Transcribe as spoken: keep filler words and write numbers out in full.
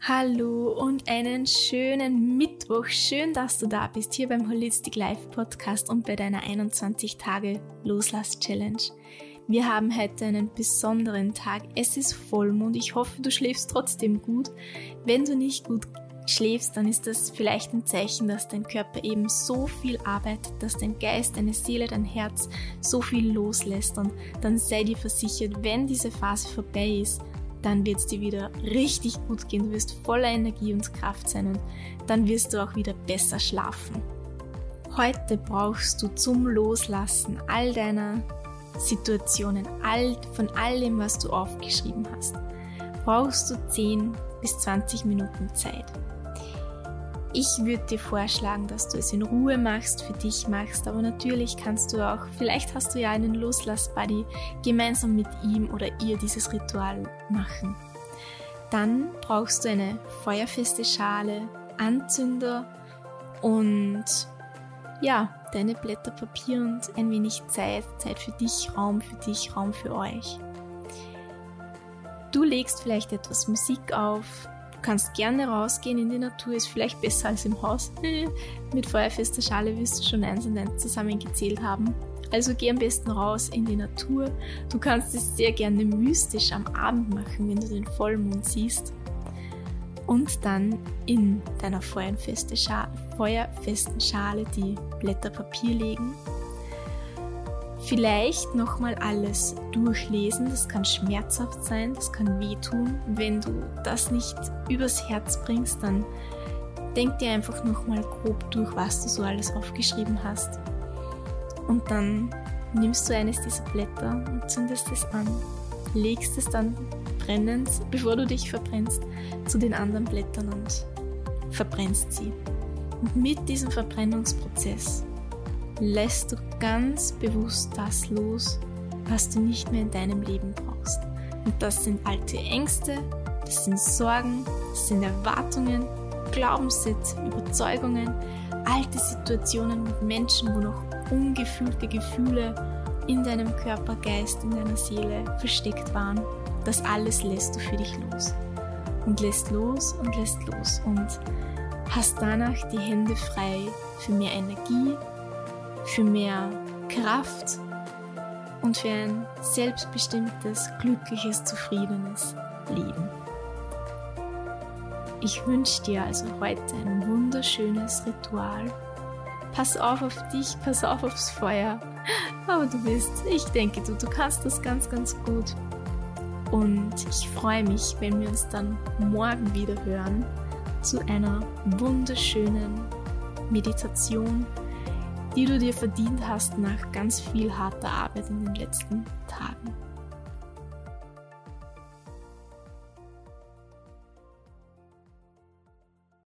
Hallo und einen schönen Mittwoch. Schön, dass du da bist, hier beim Holistic Life Podcast und bei deiner einundzwanzig Tage Loslass-Challenge. Wir haben heute einen besonderen Tag. Es ist Vollmond. Ich hoffe, du schläfst trotzdem gut. Wenn du nicht gut schläfst, dann ist das vielleicht ein Zeichen, dass dein Körper eben so viel arbeitet, dass dein Geist, deine Seele, dein Herz so viel loslässt. Und dann sei dir versichert, wenn diese Phase vorbei ist, dann wird es dir wieder richtig gut gehen. Du wirst voller Energie und Kraft sein und dann wirst du auch wieder besser schlafen. Heute brauchst du zum Loslassen all deiner Situationen, all, von all dem, was du aufgeschrieben hast, brauchst du zehn bis zwanzig Minuten Zeit. Ich würde dir vorschlagen, dass du es in Ruhe machst, für dich machst, aber natürlich kannst du auch, vielleicht hast du ja einen Loslass-Buddy, gemeinsam mit ihm oder ihr dieses Ritual machen. Dann brauchst du eine feuerfeste Schale, Anzünder und ja, deine Blätter Papier und ein wenig Zeit, Zeit für dich, Raum für dich, Raum für euch. Du legst vielleicht etwas Musik auf. Du kannst gerne rausgehen in die Natur, ist vielleicht besser als im Haus. Mit feuerfester Schale wirst du schon eins und eins zusammengezählt haben. Also geh am besten raus in die Natur. Du kannst es sehr gerne mystisch am Abend machen, wenn du den Vollmond siehst. Und dann in deiner feuerfesten Schale, feuerfesten Schale die Blätter Papier legen. Vielleicht nochmal alles durchlesen, das kann schmerzhaft sein, das kann wehtun. Wenn du das nicht übers Herz bringst, dann denk dir einfach nochmal grob durch, was du so alles aufgeschrieben hast. Und dann nimmst du eines dieser Blätter und zündest es an, legst es dann brennend, bevor du dich verbrennst, zu den anderen Blättern und verbrennst sie. Und mit diesem Verbrennungsprozess lässt du ganz bewusst das los, was du nicht mehr in deinem Leben brauchst. Und das sind alte Ängste, das sind Sorgen, das sind Erwartungen, Glaubenssätze, Überzeugungen, alte Situationen mit Menschen, wo noch ungefühlte Gefühle in deinem Körper, Geist, in deiner Seele versteckt waren. Das alles lässt du für dich los. Und lässt los und lässt los. Und hast danach die Hände frei für mehr Energie, für mehr Kraft und für ein selbstbestimmtes, glückliches, zufriedenes Leben. Ich wünsche dir also heute ein wunderschönes Ritual. Pass auf auf dich, pass auf aufs Feuer. Aber du bist, ich denke, du, du kannst das ganz, ganz gut. Und ich freue mich, wenn wir uns dann morgen wieder hören zu einer wunderschönen Meditation, die du dir verdient hast nach ganz viel harter Arbeit in den letzten Tagen.